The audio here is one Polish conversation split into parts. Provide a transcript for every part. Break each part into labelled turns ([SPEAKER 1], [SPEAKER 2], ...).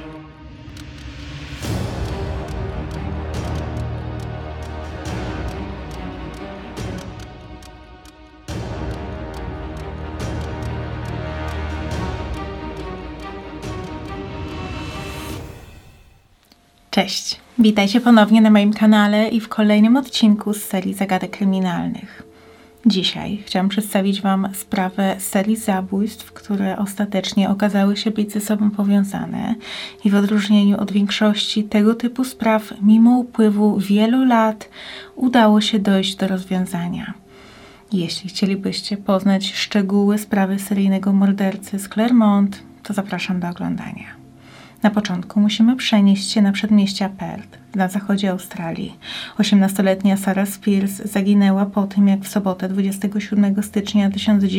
[SPEAKER 1] Cześć, witajcie ponownie na moim kanale i w kolejnym odcinku z serii zagadek kryminalnych. Dzisiaj chciałam przedstawić Wam sprawę serii zabójstw, które ostatecznie okazały się być ze sobą powiązane i w odróżnieniu od większości tego typu spraw, mimo upływu wielu lat, udało się dojść do rozwiązania. Jeśli chcielibyście poznać szczegóły sprawy seryjnego mordercy z Claremont, to zapraszam do oglądania. Na początku musimy przenieść się na przedmieścia Perth, na zachodzie Australii. 18-letnia Sarah Spears zaginęła po tym, jak w sobotę 27 stycznia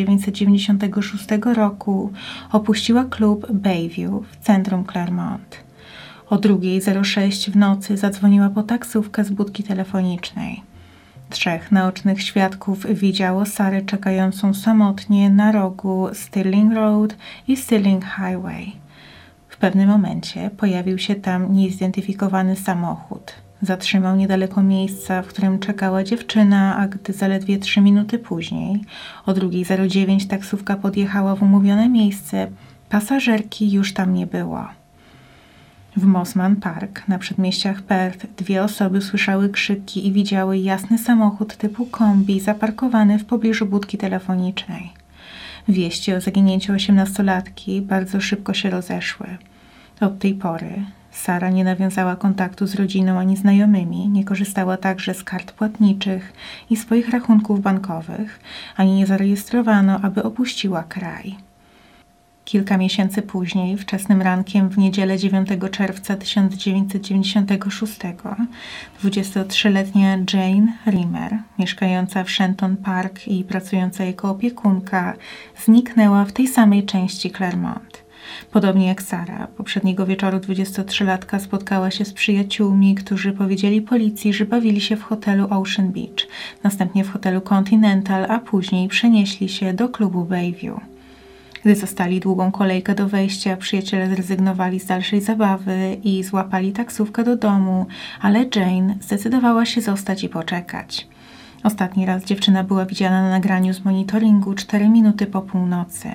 [SPEAKER 1] 1996 roku opuściła klub Bayview w centrum Claremont. O 2:06 w nocy zadzwoniła po taksówkę z budki telefonicznej. 3 naocznych świadków widziało Sarę czekającą samotnie na rogu Stirling Road i Stirling Highway. W pewnym momencie pojawił się tam niezidentyfikowany samochód. Zatrzymał niedaleko miejsca, w którym czekała dziewczyna, a gdy zaledwie 3 minuty później, o 2:09 taksówka podjechała w umówione miejsce, pasażerki już tam nie było. W Mosman Park na przedmieściach Perth 2 osoby słyszały krzyki i widziały jasny samochód typu kombi zaparkowany w pobliżu budki telefonicznej. Wieści o zaginięciu 18-latki bardzo szybko się rozeszły. Od tej pory Sara nie nawiązała kontaktu z rodziną ani znajomymi, nie korzystała także z kart płatniczych i swoich rachunków bankowych, ani nie zarejestrowano, aby opuściła kraj. Kilka miesięcy później, wczesnym rankiem w niedzielę 9 czerwca 1996, 23-letnia Jane Rimmer, mieszkająca w Shenton Park i pracująca jako opiekunka, zniknęła w tej samej części Claremont. Podobnie jak Sara, poprzedniego wieczoru 23-latka spotkała się z przyjaciółmi, którzy powiedzieli policji, że bawili się w hotelu Ocean Beach, następnie w hotelu Continental, a później przenieśli się do klubu Bayview. Gdy zastali długą kolejkę do wejścia, przyjaciele zrezygnowali z dalszej zabawy i złapali taksówkę do domu, ale Jane zdecydowała się zostać i poczekać. Ostatni raz dziewczyna była widziana na nagraniu z monitoringu 4 minuty po północy.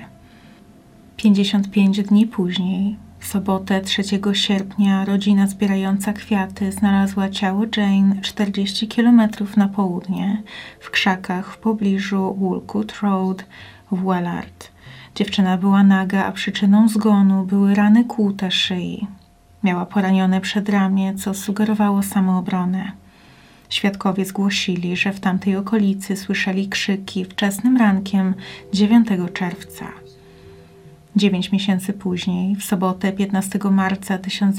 [SPEAKER 1] 55 dni później, w sobotę 3 sierpnia, rodzina zbierająca kwiaty znalazła ciało Jane 40 km na południe, w krzakach w pobliżu Woolcote Road w Wellard. Dziewczyna była naga, a przyczyną zgonu były rany kłute szyi. Miała poranione przedramię, co sugerowało samoobronę. Świadkowie zgłosili, że w tamtej okolicy słyszeli krzyki wczesnym rankiem 9 czerwca. 9 miesięcy później, w sobotę 15 marca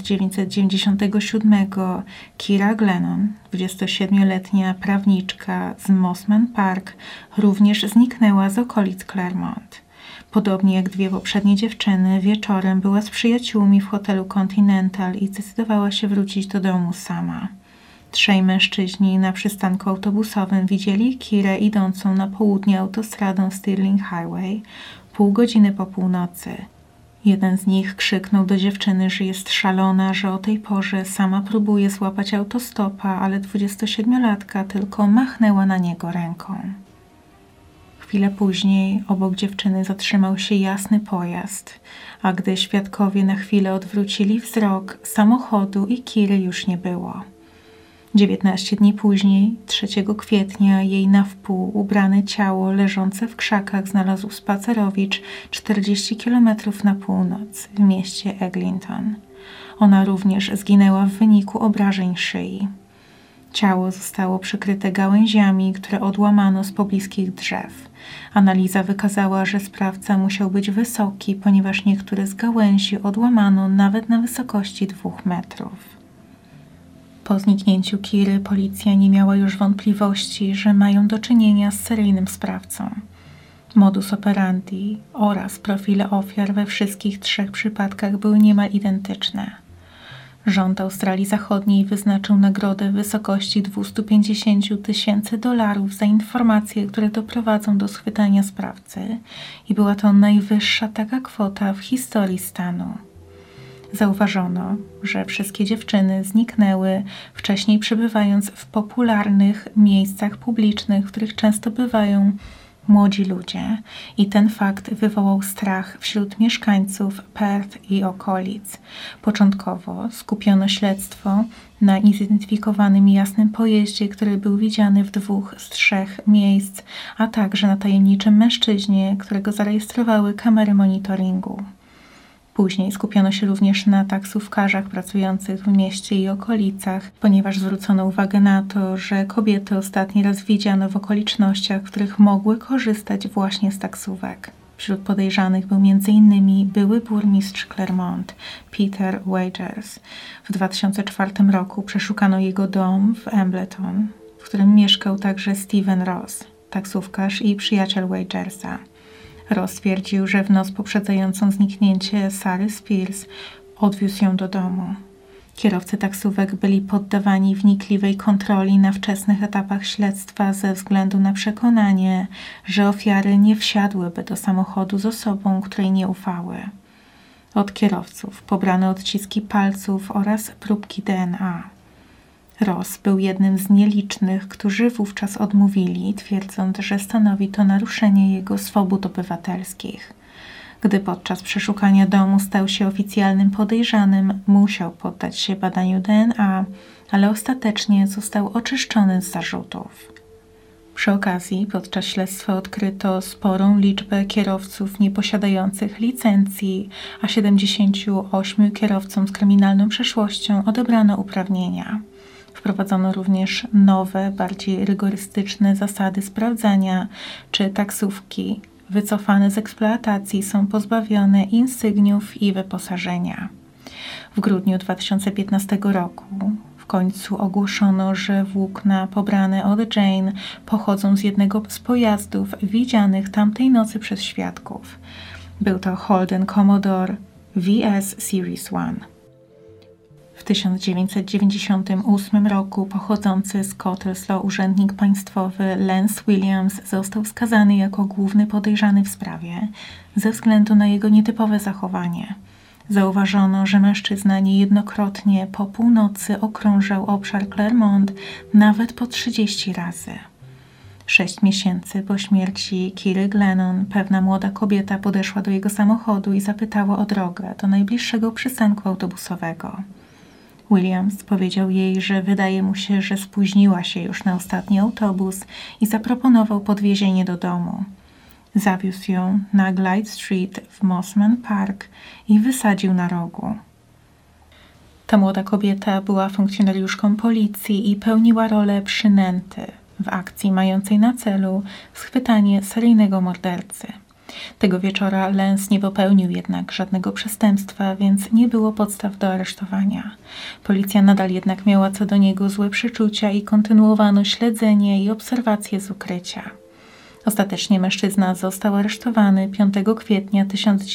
[SPEAKER 1] 1997, Kira Glennon, 27-letnia prawniczka z Mosman Park, również zniknęła z okolic Claremont. Podobnie jak 2 poprzednie dziewczyny, wieczorem była z przyjaciółmi w hotelu Continental i zdecydowała się wrócić do domu sama. 3 mężczyźni na przystanku autobusowym widzieli Kirę idącą na południe autostradą Stirling Highway pół godziny po północy. Jeden z nich krzyknął do dziewczyny, że jest szalona, że o tej porze sama próbuje złapać autostopa, ale 27-latka tylko machnęła na niego ręką. Chwilę później obok dziewczyny zatrzymał się jasny pojazd, a gdy świadkowie na chwilę odwrócili wzrok, samochodu i Kiry już nie było. 19 dni później, 3 kwietnia, jej na wpół ubrane ciało leżące w krzakach znalazł spacerowicz 40 km na północ w mieście Eglinton. Ona również zginęła w wyniku obrażeń szyi. Ciało zostało przykryte gałęziami, które odłamano z pobliskich drzew. Analiza wykazała, że sprawca musiał być wysoki, ponieważ niektóre z gałęzi odłamano nawet na wysokości 2 metrów. Po zniknięciu Kiry policja nie miała już wątpliwości, że mają do czynienia z seryjnym sprawcą. Modus operandi oraz profile ofiar we wszystkich 3 przypadkach były niemal identyczne. Rząd Australii Zachodniej wyznaczył nagrodę w wysokości $250,000 za informacje, które doprowadzą do schwytania sprawcy i była to najwyższa taka kwota w historii stanu. Zauważono, że wszystkie dziewczyny zniknęły wcześniej, przebywając w popularnych miejscach publicznych, w których często bywają młodzi ludzie, i ten fakt wywołał strach wśród mieszkańców Perth i okolic. Początkowo skupiono śledztwo na zidentyfikowanym jasnym pojeździe, który był widziany w 2 z 3 miejsc, a także na tajemniczym mężczyźnie, którego zarejestrowały kamery monitoringu. Później skupiono się również na taksówkarzach pracujących w mieście i okolicach, ponieważ zwrócono uwagę na to, że kobiety ostatni raz widziano w okolicznościach, w których mogły korzystać właśnie z taksówek. Wśród podejrzanych był m.in. były burmistrz Claremont, Peter Wagers. W 2004 roku przeszukano jego dom w Embleton, w którym mieszkał także Stephen Ross, taksówkarz i przyjaciel Wagersa. Ross twierdził, że w noc poprzedzającą zniknięcie Sary Spears odwiózł ją do domu. Kierowcy taksówek byli poddawani wnikliwej kontroli na wczesnych etapach śledztwa ze względu na przekonanie, że ofiary nie wsiadłyby do samochodu z osobą, której nie ufały. Od kierowców pobrano odciski palców oraz próbki DNA. Ross był jednym z nielicznych, którzy wówczas odmówili, twierdząc, że stanowi to naruszenie jego swobód obywatelskich. Gdy podczas przeszukania domu stał się oficjalnym podejrzanym, musiał poddać się badaniu DNA, ale ostatecznie został oczyszczony z zarzutów. Przy okazji podczas śledztwa odkryto sporą liczbę kierowców nieposiadających licencji, a 78 kierowcom z kryminalną przeszłością odebrano uprawnienia. Wprowadzono również nowe, bardziej rygorystyczne zasady sprawdzania, czy taksówki wycofane z eksploatacji są pozbawione insygniów i wyposażenia. W grudniu 2015 roku w końcu ogłoszono, że włókna pobrane od Jane pochodzą z jednego z pojazdów widzianych tamtej nocy przez świadków. Był to Holden Commodore VS Series 1. W 1998 roku pochodzący z Cottesloe urzędnik państwowy Lance Williams został skazany jako główny podejrzany w sprawie ze względu na jego nietypowe zachowanie. Zauważono, że mężczyzna niejednokrotnie po północy okrążał obszar Claremont nawet po 30 razy. 6 miesięcy po śmierci Kiry Glennon pewna młoda kobieta podeszła do jego samochodu i zapytała o drogę do najbliższego przystanku autobusowego. Williams powiedział jej, że wydaje mu się, że spóźniła się już na ostatni autobus i zaproponował podwiezienie do domu. Zawiózł ją na Glyde Street w Mosman Park i wysadził na rogu. Ta młoda kobieta była funkcjonariuszką policji i pełniła rolę przynęty w akcji mającej na celu schwytanie seryjnego mordercy. Tego wieczora Lance nie popełnił jednak żadnego przestępstwa, więc nie było podstaw do aresztowania. Policja nadal jednak miała co do niego złe przeczucia i kontynuowano śledzenie i obserwacje z ukrycia. Ostatecznie mężczyzna został aresztowany 5 kwietnia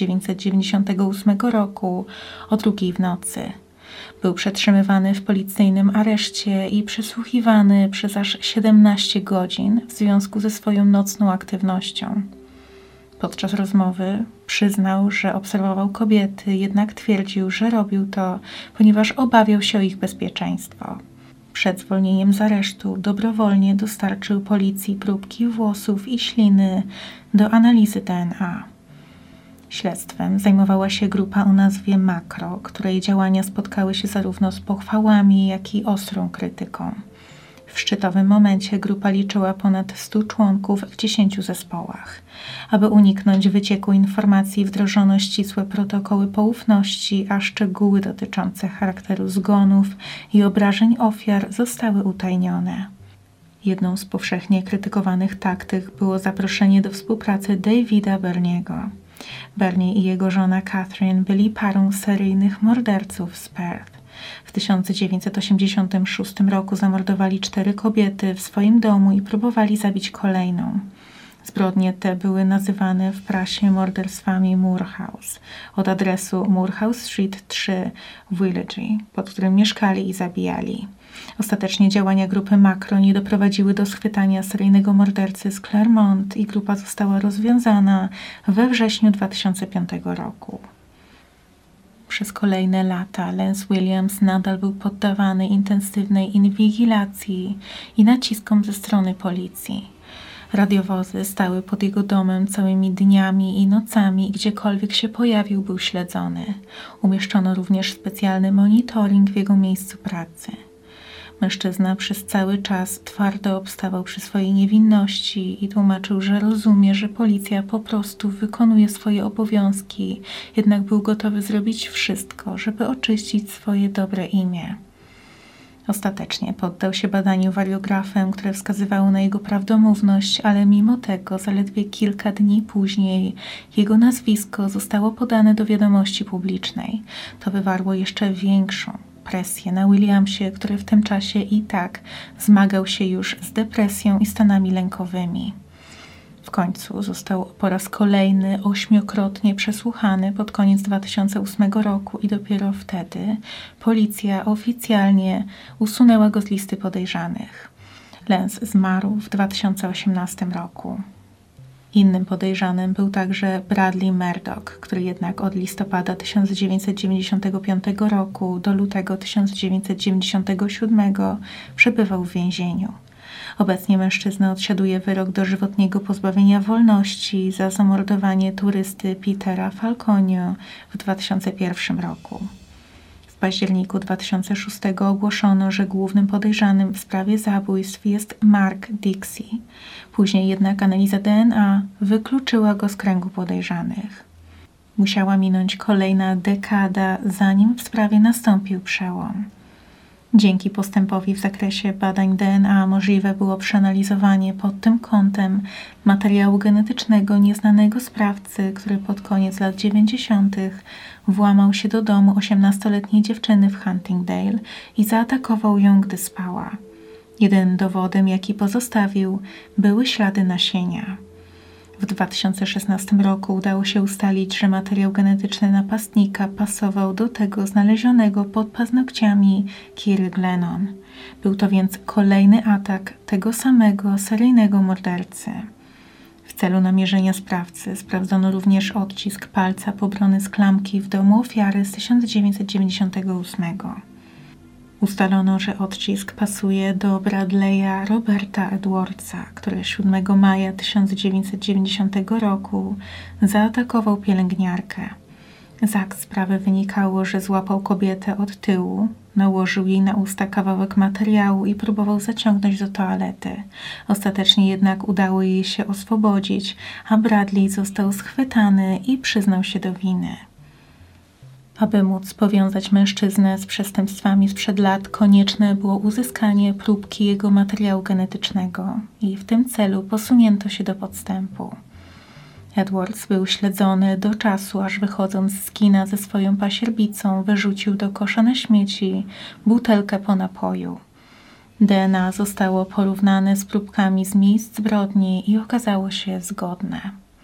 [SPEAKER 1] 1998 roku o 2 w nocy. Był przetrzymywany w policyjnym areszcie i przesłuchiwany przez aż 17 godzin w związku ze swoją nocną aktywnością. Podczas rozmowy przyznał, że obserwował kobiety, jednak twierdził, że robił to, ponieważ obawiał się o ich bezpieczeństwo. Przed zwolnieniem z aresztu dobrowolnie dostarczył policji próbki włosów i śliny do analizy DNA. Śledztwem zajmowała się grupa o nazwie Makro, której działania spotkały się zarówno z pochwałami, jak i ostrą krytyką. W szczytowym momencie grupa liczyła ponad 100 członków w 10 zespołach. Aby uniknąć wycieku informacji, wdrożono ścisłe protokoły poufności, a szczegóły dotyczące charakteru zgonów i obrażeń ofiar zostały utajnione. Jedną z powszechnie krytykowanych taktyk było zaproszenie do współpracy Davida Berniego. Bernie i jego żona Catherine byli parą seryjnych morderców z Perth. W 1986 roku zamordowali 4 kobiety w swoim domu i próbowali zabić kolejną. Zbrodnie te były nazywane w prasie morderstwami Moorhouse, od adresu Moorhouse Street 3 w Willagy, pod którym mieszkali i zabijali. Ostatecznie działania grupy Makro nie doprowadziły do schwytania seryjnego mordercy z Claremont i grupa została rozwiązana we wrześniu 2005 roku. Przez kolejne lata Lance Williams nadal był poddawany intensywnej inwigilacji i naciskom ze strony policji. Radiowozy stały pod jego domem całymi dniami i nocami i gdziekolwiek się pojawił, był śledzony. Umieszczono również specjalny monitoring w jego miejscu pracy. Mężczyzna przez cały czas twardo obstawał przy swojej niewinności i tłumaczył, że rozumie, że policja po prostu wykonuje swoje obowiązki, jednak był gotowy zrobić wszystko, żeby oczyścić swoje dobre imię. Ostatecznie poddał się badaniu wariografem, które wskazywało na jego prawdomówność, ale mimo tego zaledwie kilka dni później jego nazwisko zostało podane do wiadomości publicznej. To wywarło jeszcze większą presję na Williamsie, który w tym czasie i tak zmagał się już z depresją i stanami lękowymi. W końcu został po raz kolejny 8-krotnie przesłuchany pod koniec 2008 roku i dopiero wtedy policja oficjalnie usunęła go z listy podejrzanych. Lance zmarł w 2018 roku. Innym podejrzanym był także Bradley Murdoch, który jednak od listopada 1995 roku do lutego 1997 przebywał w więzieniu. Obecnie mężczyzna odsiaduje wyrok dożywotniego pozbawienia wolności za zamordowanie turysty Petera Falconio w 2001 roku. W październiku 2006 ogłoszono, że głównym podejrzanym w sprawie zabójstw jest Mark Dixie. Później jednak analiza DNA wykluczyła go z kręgu podejrzanych. Musiała minąć kolejna dekada, zanim w sprawie nastąpił przełom. Dzięki postępowi w zakresie badań DNA możliwe było przeanalizowanie pod tym kątem materiału genetycznego nieznanego sprawcy, który pod koniec lat 90. włamał się do domu 18-letniej dziewczyny w Huntingdale i zaatakował ją, gdy spała. Jedynym dowodem, jaki pozostawił, były ślady nasienia. W 2016 roku udało się ustalić, że materiał genetyczny napastnika pasował do tego znalezionego pod paznokciami Kiry Glennon. Był to więc kolejny atak tego samego seryjnego mordercy. W celu namierzenia sprawcy sprawdzono również odcisk palca pobrany z klamki w domu ofiary z 1998. Ustalono, że odcisk pasuje do Bradley'a Roberta Edwardsa, który 7 maja 1990 roku zaatakował pielęgniarkę. Z akt sprawy wynikało, że złapał kobietę od tyłu, nałożył jej na usta kawałek materiału i próbował zaciągnąć do toalety. Ostatecznie jednak udało jej się oswobodzić, a Bradley został schwytany i przyznał się do winy. Aby móc powiązać mężczyznę z przestępstwami sprzed lat, konieczne było uzyskanie próbki jego materiału genetycznego i w tym celu posunięto się do podstępu. Edwards był śledzony do czasu, aż wychodząc z kina ze swoją pasierbicą wyrzucił do kosza na śmieci butelkę po napoju. DNA zostało porównane z próbkami z miejsc zbrodni i okazało się zgodne.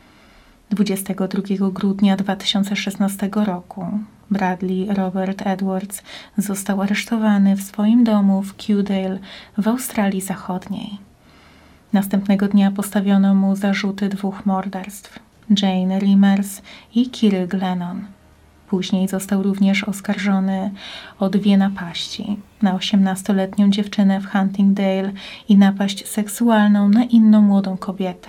[SPEAKER 1] 22 grudnia 2016 roku Bradley Robert Edwards został aresztowany w swoim domu w Kewdale w Australii Zachodniej. Następnego dnia postawiono mu zarzuty 2 morderstw – Jane Reimers i Kiry Glennon. Później został również oskarżony o 2 napaści na 18-letnią dziewczynę w Huntingdale i napaść seksualną na inną młodą kobietę.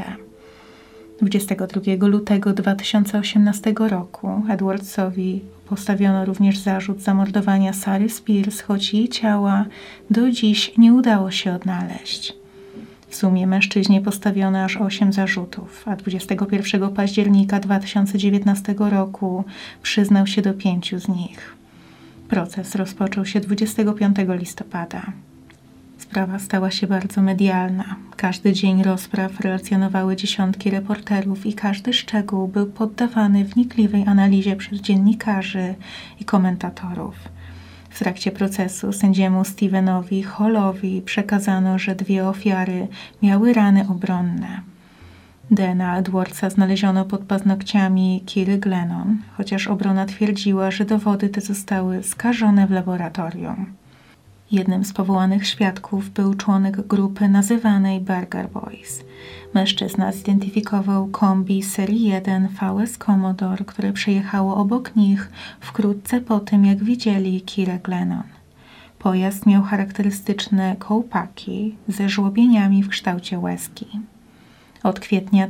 [SPEAKER 1] 22 lutego 2018 roku Edwardsowi postawiono również zarzut zamordowania Sary Spears, choć jej ciała do dziś nie udało się odnaleźć. W sumie mężczyźnie postawiono aż 8 zarzutów, a 21 października 2019 roku przyznał się do 5 z nich. Proces rozpoczął się 25 listopada. Sprawa stała się bardzo medialna. Każdy dzień rozpraw relacjonowały dziesiątki reporterów i każdy szczegół był poddawany wnikliwej analizie przez dziennikarzy i komentatorów. W trakcie procesu sędziemu Stevenowi Hallowi przekazano, że 2 ofiary miały rany obronne. DNA Edwardsa znaleziono pod paznokciami Kiry Glennon, chociaż obrona twierdziła, że dowody te zostały skażone w laboratorium. Jednym z powołanych świadków był członek grupy nazywanej Burger Boys. Mężczyzna zidentyfikował kombi serii 1 VS Commodore, które przejechało obok nich wkrótce po tym, jak widzieli Kirę Glennon. Pojazd miał charakterystyczne kołpaki ze żłobieniami w kształcie łezki. Od kwietnia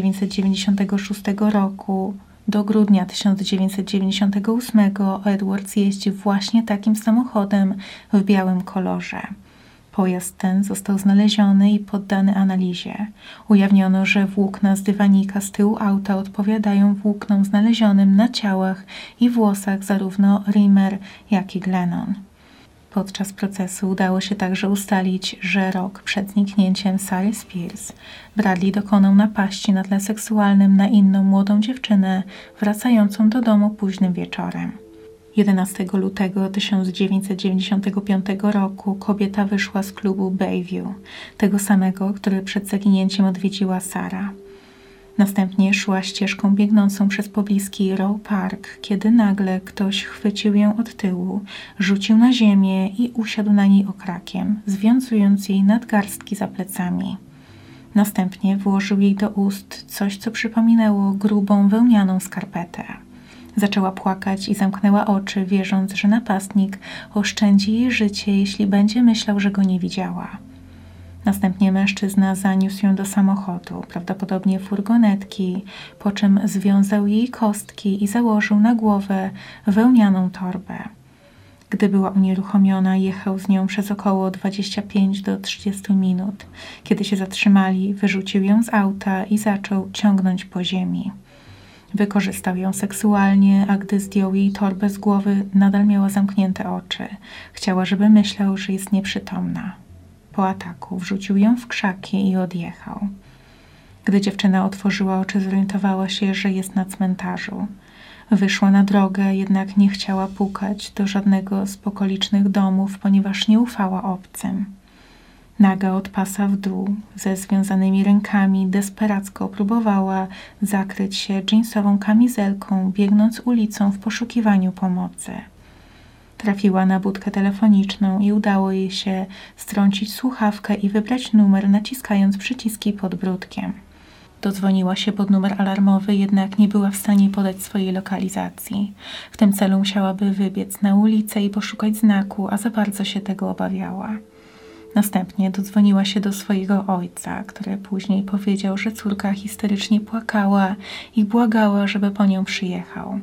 [SPEAKER 1] 1996 roku do grudnia 1998 Edwards jeździł właśnie takim samochodem w białym kolorze. Pojazd ten został znaleziony i poddany analizie. Ujawniono, że włókna z dywanika z tyłu auta odpowiadają włóknom znalezionym na ciałach i włosach zarówno Rimmer, jak i Glennon. Podczas procesu udało się także ustalić, że rok przed zniknięciem Sary Spears Bradley dokonał napaści na tle seksualnym na inną młodą dziewczynę wracającą do domu późnym wieczorem. 11 lutego 1995 roku kobieta wyszła z klubu Bayview, tego samego, który przed zaginięciem odwiedziła Sara. Następnie szła ścieżką biegnącą przez pobliski Roe Park, kiedy nagle ktoś chwycił ją od tyłu, rzucił na ziemię i usiadł na niej okrakiem, związując jej nadgarstki za plecami. Następnie włożył jej do ust coś, co przypominało grubą, wełnianą skarpetę. Zaczęła płakać i zamknęła oczy, wierząc, że napastnik oszczędzi jej życie, jeśli będzie myślał, że go nie widziała. Następnie mężczyzna zaniósł ją do samochodu, prawdopodobnie furgonetki, po czym związał jej kostki i założył na głowę wełnianą torbę. Gdy była unieruchomiona, jechał z nią przez około 25 do 30 minut. Kiedy się zatrzymali, wyrzucił ją z auta i zaczął ciągnąć po ziemi. Wykorzystał ją seksualnie, a gdy zdjął jej torbę z głowy, nadal miała zamknięte oczy. Chciała, żeby myślał, że jest nieprzytomna. Po ataku wrzucił ją w krzaki i odjechał. Gdy dziewczyna otworzyła oczy, zorientowała się, że jest na cmentarzu. Wyszła na drogę, jednak nie chciała pukać do żadnego z okolicznych domów, ponieważ nie ufała obcym. Naga od pasa w dół, ze związanymi rękami, desperacko próbowała zakryć się dżinsową kamizelką, biegnąc ulicą w poszukiwaniu pomocy. Trafiła na budkę telefoniczną i udało jej się strącić słuchawkę i wybrać numer, naciskając przyciski podbródkiem. Dodzwoniła się pod numer alarmowy, jednak nie była w stanie podać swojej lokalizacji. W tym celu musiałaby wybiec na ulicę i poszukać znaku, a za bardzo się tego obawiała. Następnie dodzwoniła się do swojego ojca, który później powiedział, że córka histerycznie płakała i błagała, żeby po nią przyjechał.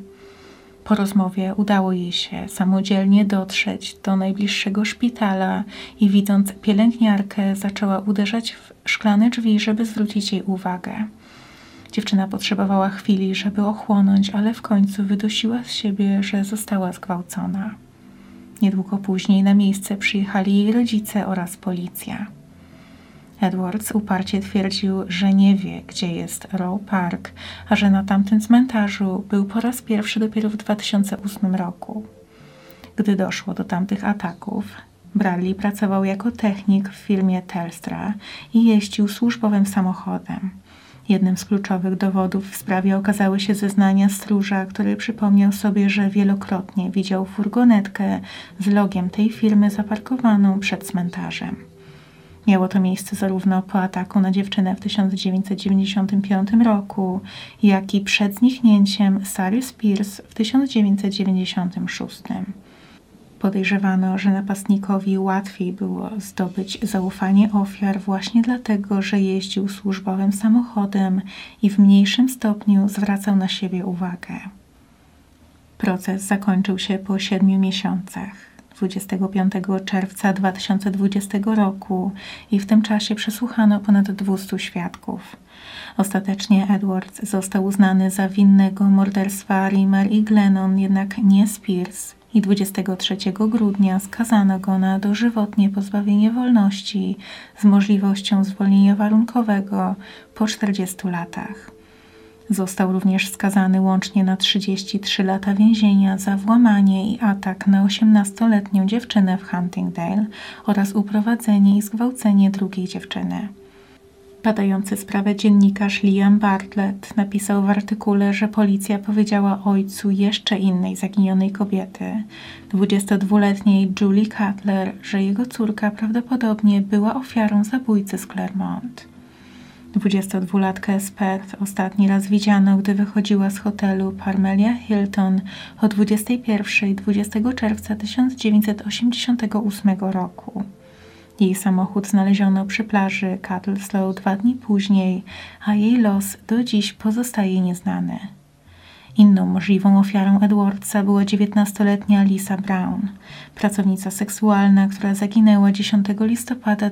[SPEAKER 1] Po rozmowie udało jej się samodzielnie dotrzeć do najbliższego szpitala i widząc pielęgniarkę, zaczęła uderzać w szklane drzwi, żeby zwrócić jej uwagę. Dziewczyna potrzebowała chwili, żeby ochłonąć, ale w końcu wydusiła z siebie, że została zgwałcona. Niedługo później na miejsce przyjechali jej rodzice oraz policja. Edwards uparcie twierdził, że nie wie, gdzie jest Roe Park, a że na tamtym cmentarzu był po raz pierwszy dopiero w 2008 roku. Gdy doszło do tamtych ataków, Bradley pracował jako technik w firmie Telstra i jeździł służbowym samochodem. Jednym z kluczowych dowodów w sprawie okazały się zeznania stróża, który przypomniał sobie, że wielokrotnie widział furgonetkę z logiem tej firmy zaparkowaną przed cmentarzem. Miało to miejsce zarówno po ataku na dziewczynę w 1995 roku, jak i przed zniknięciem Sary Spears w 1996. Podejrzewano, że napastnikowi łatwiej było zdobyć zaufanie ofiar właśnie dlatego, że jeździł służbowym samochodem i w mniejszym stopniu zwracał na siebie uwagę. Proces zakończył się po 7 miesiącach. 25 czerwca 2020 roku i w tym czasie przesłuchano ponad 200 świadków. Ostatecznie Edwards został uznany za winnego morderstwa Rimmer i Glennon, jednak nie Spears, i 23 grudnia skazano go na dożywotnie pozbawienie wolności z możliwością zwolnienia warunkowego po 40 latach. Został również skazany łącznie na 33 lata więzienia za włamanie i atak na 18-letnią dziewczynę w Huntingdale oraz uprowadzenie i zgwałcenie drugiej dziewczyny. Badający sprawę dziennikarz Liam Bartlett napisał w artykule, że policja powiedziała ojcu jeszcze innej zaginionej kobiety, 22-letniej Julie Cutler, że jego córka prawdopodobnie była ofiarą zabójcy z Claremont. 22-latkę z Perth ostatni raz widziano, gdy wychodziła z hotelu Parmelia Hilton o 21:00 20 czerwca 1988 roku. Jej samochód znaleziono przy plaży Cuttlerslow 2 dni później, a jej los do dziś pozostaje nieznany. Inną możliwą ofiarą Edwardsa była 19-letnia Lisa Brown, pracownica seksualna, która zaginęła 10 listopada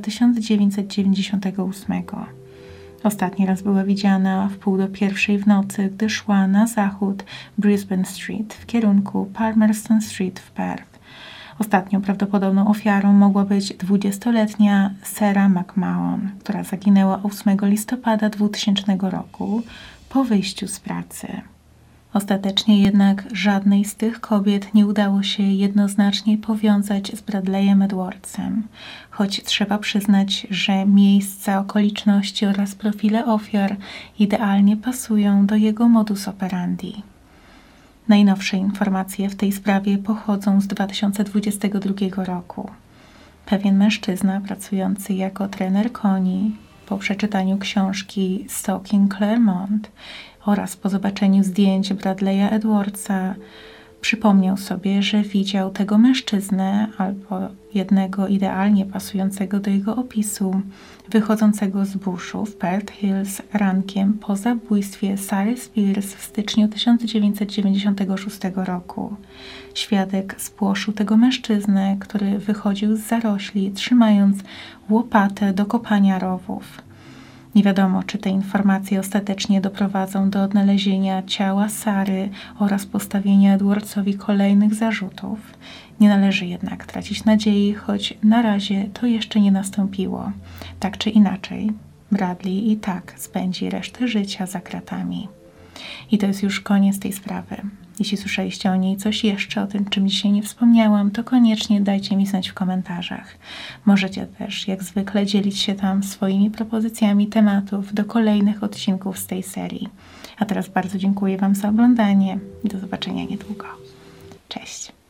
[SPEAKER 1] 1998. Ostatni raz była widziana w 12:30 w nocy, gdy szła na zachód Brisbane Street w kierunku Palmerston Street w Perth. Ostatnią prawdopodobną ofiarą mogła być 20-letnia Sarah McMahon, która zaginęła 8 listopada 2000 roku po wyjściu z pracy. Ostatecznie jednak żadnej z tych kobiet nie udało się jednoznacznie powiązać z Bradleyem Edwardsem, choć trzeba przyznać, że miejsca, okoliczności oraz profile ofiar idealnie pasują do jego modus operandi. Najnowsze informacje w tej sprawie pochodzą z 2022 roku. Pewien mężczyzna pracujący jako trener koni po przeczytaniu książki Stalking Claremont oraz po zobaczeniu zdjęć Bradley'a Edwardsa przypomniał sobie, że widział tego mężczyznę albo jednego idealnie pasującego do jego opisu, wychodzącego z buszu w Perth Hills rankiem po zabójstwie Sary Spears w styczniu 1996 roku. Świadek spłoszył tego mężczyznę, który wychodził z zarośli, trzymając łopatę do kopania rowów. Nie wiadomo, czy te informacje ostatecznie doprowadzą do odnalezienia ciała Sary oraz postawienia Edwardsowi kolejnych zarzutów. Nie należy jednak tracić nadziei, choć na razie to jeszcze nie nastąpiło. Tak czy inaczej, Bradley i tak spędzi resztę życia za kratami. I to jest już koniec tej sprawy. Jeśli słyszeliście o niej coś jeszcze, o tym, czym dzisiaj nie wspomniałam, to koniecznie dajcie mi znać w komentarzach. Możecie też, jak zwykle, dzielić się tam swoimi propozycjami tematów do kolejnych odcinków z tej serii. A teraz bardzo dziękuję Wam za oglądanie i do zobaczenia niedługo. Cześć!